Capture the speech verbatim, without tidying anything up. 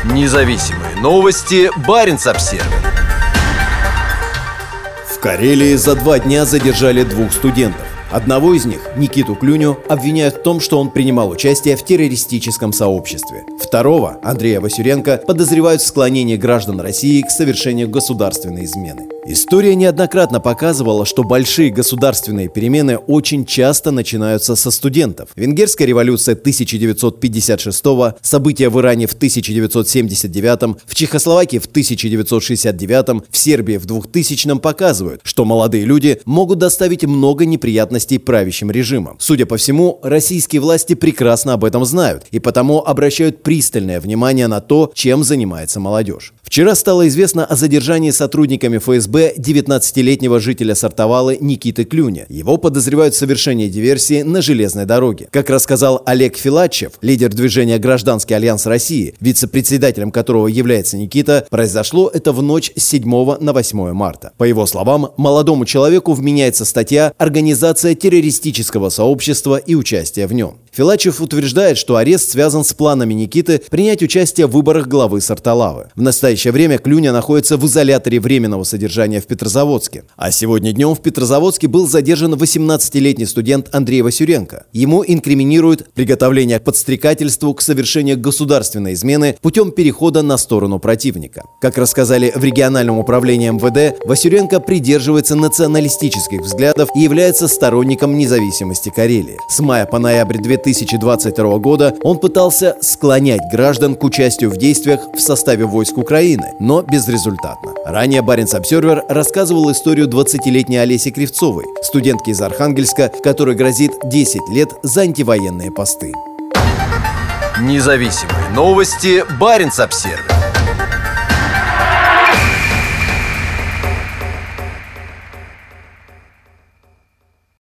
Независимые новости. Баренц-Обсервер. В Карелии за два дня задержали двух студентов. Одного из них, Никиту Клюню, обвиняют в том, что он принимал участие в террористическом сообществе. Второго, Андрея Васюренко, подозревают в склонении граждан России к совершению государственной измены. История неоднократно показывала, что большие государственные перемены очень часто начинаются со студентов. Венгерская революция тысяча девятьсот пятьдесят шестого, события в Иране в тысяча девятьсот семьдесят девятом, в Чехословакии в тысяча девятьсот шестьдесят девятом, в Сербии в двухтысячном показывают, что молодые люди могут доставить много неприятностей правящим режимам. Судя по всему, российские власти прекрасно об этом знают и потому обращают пристальное внимание на то, чем занимается молодежь. Вчера стало известно о задержании сотрудниками эф эс бэ девятнадцатилетнего жителя Сартовалы Никиты Клюня. Его подозревают в совершении диверсии на железной дороге. Как рассказал Олег Филатчев, лидер движения «Гражданский альянс России», вице-председателем которого является Никита, произошло это в ночь с седьмого на восьмое марта. По его словам, молодому человеку вменяется статья «Организация террористического сообщества и участие в нем». Филатчев утверждает, что арест связан с планами Никиты принять участие в выборах главы Сартовалы. В настоящее время Клюня находится в изоляторе временного содержания в Петрозаводске. А сегодня днем в Петрозаводске был задержан восемнадцатилетний студент Андрей Васюренко. Ему инкриминируют приготовление к подстрекательству к совершению государственной измены путем перехода на сторону противника. Как рассказали в региональном управлении эм вэ дэ, Васюренко придерживается националистических взглядов и является сторонником независимости Карелии. С мая по ноябрь две тысячи двадцать второго года он пытался склонять граждан к участию в действиях в составе войск Украины, но безрезультатно. Ранее Баренц-Обсервер рассказывал историю двадцатилетней Олеси Кривцовой, студентки из Архангельска, которой грозит десять лет за антивоенные посты. Независимые новости. Баренц-Обсервер.